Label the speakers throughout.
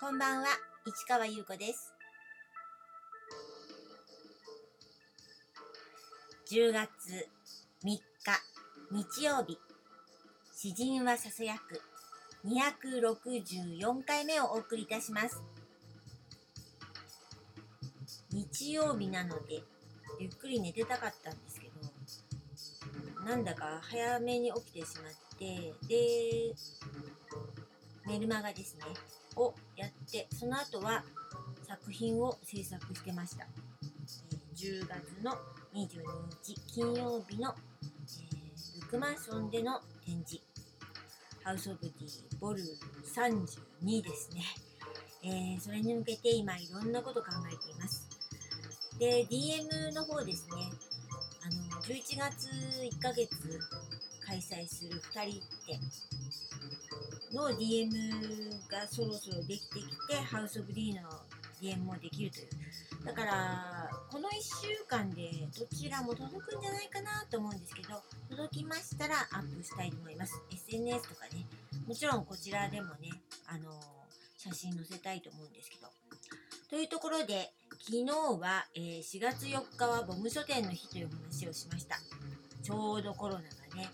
Speaker 1: こんばんは、市川優子です。10月3日日曜日、詩人はささやく264回目をお送りいたします。日曜日なのでゆっくり寝てたかったんですけど、なんだか早めに起きてしまって、でメルマガですねをやって、その後は作品を制作してました。10月の22日金曜日の、ブックマンションでの展示、ハウスオブティーボル32ですね。それに向けて今いろんなこと考えています。で DM の方ですね、11月1ヶ月開催する2人展の DM がそろそろできてきて、ハウスオブ D の DM もできるという。だからこの1週間でどちらも届くんじゃないかなと思うんですけど、届きましたらアップしたいと思います。 SNS とかね、もちろんこちらでもね、写真載せたいと思うんですけど。というところで、昨日は、4月4日はボム書店の日という話をしました。ちょうどコロナがね、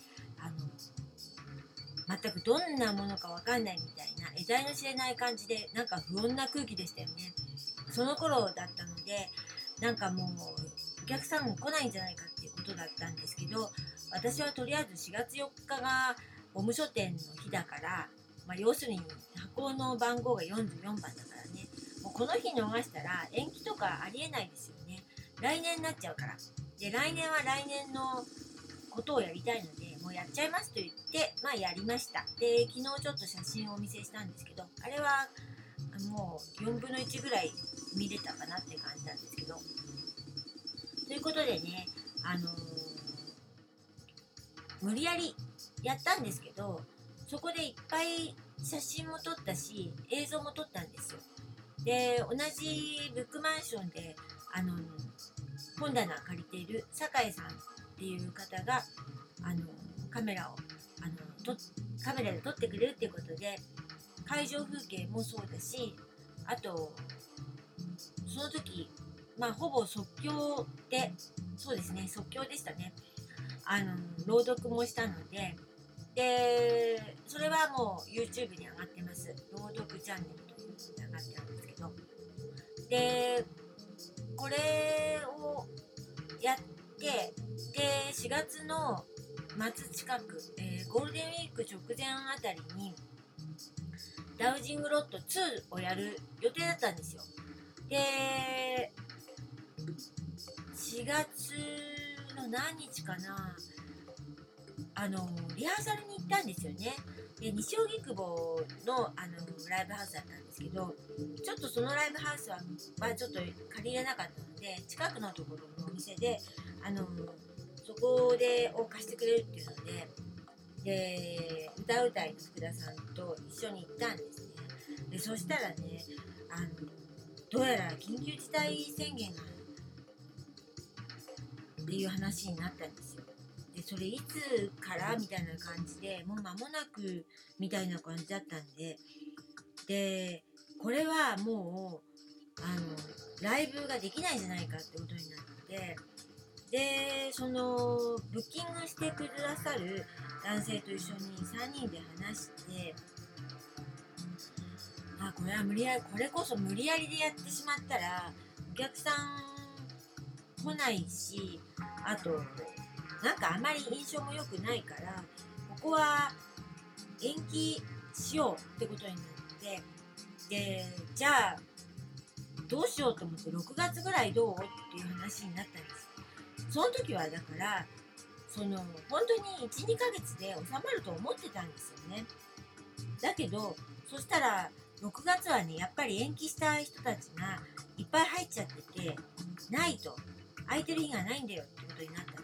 Speaker 1: 全くどんなものかわかんないみたいな、得体の知れない感じで、なんか不穏な空気でしたよね。その頃だったので、なんかもうお客さん来ないんじゃないかっていうことだったんですけど、私はとりあえず4月4日がボム書店の日だから、要するに箱の番号が44番だからね、もうこの日逃したら延期とかありえないですよね。来年になっちゃうから。で、来年は来年のことをやりたいので、もうやっちゃいますと言って、やりました。で、昨日ちょっと写真をお見せしたんですけど、あれはもう4分の1ぐらい見れたかなっていう感じなんですけど。ということでね、無理やりやったんですけど、そこでいっぱい写真も撮ったし、映像も撮ったんですよ。で、同じブックマンションで、本棚借りている酒井さんっていう方が、カメラを、カメラで撮ってくれるっていうことで、会場風景もそうだし、あと、その時、ほぼ即興で、そうですね、即興でしたね。朗読もしたので、で、それはもう YouTube に上がってます。朗読チャンネルというのに上がってるんですけど。で、これをやって、で、4月の末近く、ゴールデンウィーク直前あたりに、ダウジングロット2をやる予定だったんですよ。で、4月の何日かな、リハーサルに行ったんですよね。で、西荻窪の、ライブハウスだったんですけど、ちょっとそのライブハウスは、ちょっと借りれなかったので、近くのところのお店で、そこで貸してくれるっていうので、歌うたいの福田さんと一緒に行ったんですね。で、そしたらね、どうやら緊急事態宣言がっていう話になったんですよ。で、それいつからみたいな感じで、もう間もなくみたいな感じだったんで、これはもうライブができないんじゃないかってことになって、で、そのブッキングしてくださる男性と一緒に3人で話して、これは無理やり、これこそ無理やりでやってしまったらお客さん来ないし、あとなんかあまり印象も良くないから、ここは延期しようってことになって、で、じゃあどうしようと思って6月ぐらいどうっていう話になったんです。その時はだから本当に 1,2 ヶ月で収まると思ってたんですよね。だけどそしたら6月はね、やっぱり延期した人たちがいっぱい入っちゃってて、ないと、空いてる日がないんだよってことになったんです。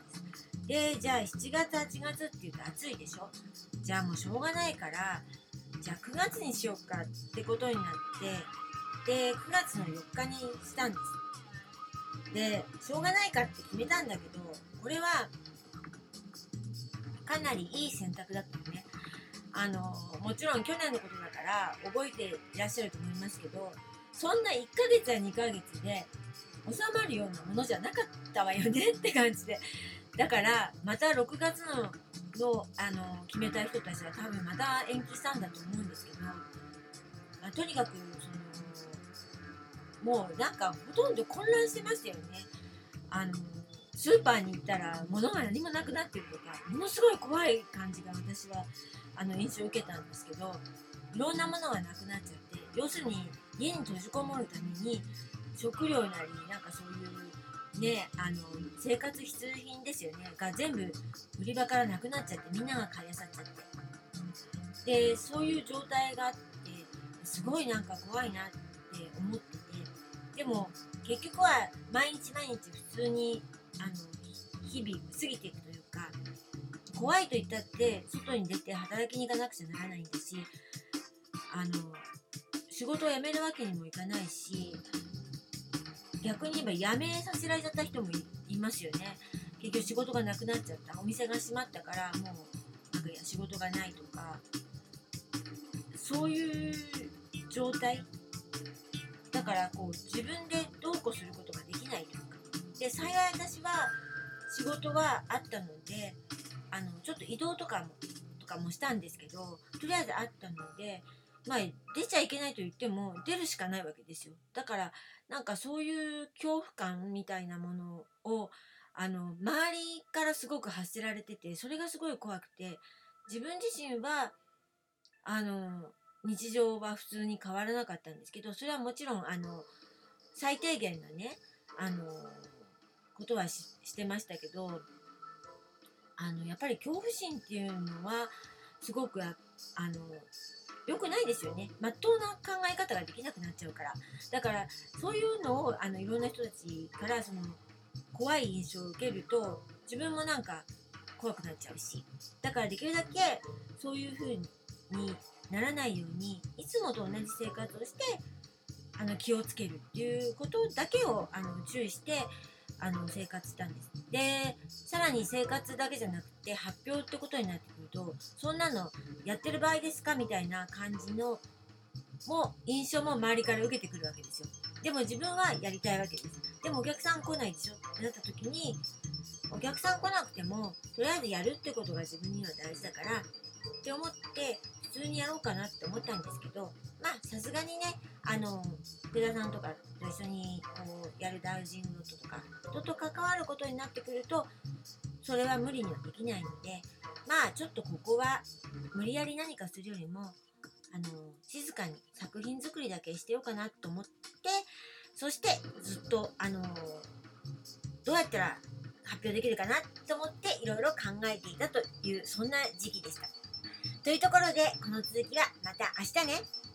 Speaker 1: で、じゃあ7月8月って言うと暑いでしょ。じゃあもうしょうがないから、じゃあ9月にしようかってことになって、で9月の4日にしたんです。で、しょうがないかって決めたんだけど、これはかなりいい選択だったのね。もちろん去年のことだかから覚えていらっしゃると思いますけど、そんな1ヶ月や2ヶ月で収まるようなものじゃなかったわよねって感じで、だからまた6月の決めたい人たちは多分また延期したんだと思うんですけど、とにかくもうなんかほとんど混乱してましたよね。スーパーに行ったら物が何もなくなってるとか、ものすごい怖い感じが私は印象を受けたんですけど、いろんなものがなくなっちゃって、要するに家に閉じこもるために食料なりなんかそういうね、生活必需品ですよねが全部売り場からなくなっちゃって、みんなが買い漁っちゃって、でそういう状態があって、すごいなんか怖いなって思ってて、でも結局は毎日毎日普通に日々過ぎていくというか、怖いと言ったって外に出て働きに行かなくちゃならないんだし、仕事を辞めるわけにもいかないし、逆に言えば辞めさせられちゃった人も いますよね。結局仕事がなくなっちゃった、お店が閉まったからもうなんか仕事がないとか、そういう状態だからこう自分でどうこうすることができないというか、で幸い私は仕事はあったのでちょっと移動とかもしたんですけど、とりあえずあったので、まあ出ちゃいけないと言っても出るしかないわけですよ。だからなんかそういう恐怖感みたいなものを周りからすごく発せられてて、それがすごい怖くて、自分自身は日常は普通に変わらなかったんですけど、それはもちろん最低限なねことはしてましたけど、やっぱり恐怖心っていうのはすごく良くないですよね。まっとうな考え方ができなくなっちゃうから。だからそういうのをいろんな人たちから怖い印象を受けると、自分もなんか怖くなっちゃうし、だからできるだけそういう風にならないように、いつもと同じ生活をして気をつけるっていうことだけを注意して生活したんです。でさらに生活だけじゃなくて発表ってことになってくると、そんなのやってる場合ですかみたいな感じの印象も周りから受けてくるわけですよ。でも自分はやりたいわけです。でもお客さん来ないでしょってなった時に、お客さん来なくてもとりあえずやるってことが自分には大事だからって思って普通にやろうかなって思ったんですけど、まあさすがにね福田さんとかと一緒にこうやるダウジングノットとか人と関わることになってくると、それは無理にはできないので、まあちょっとここは無理やり何かするよりも静かに作品作りだけしてようかなと思って、そしてずっとどうやったら発表できるかなと思っていろいろ考えていたという、そんな時期でした。というところでこの続きはまた明日ね。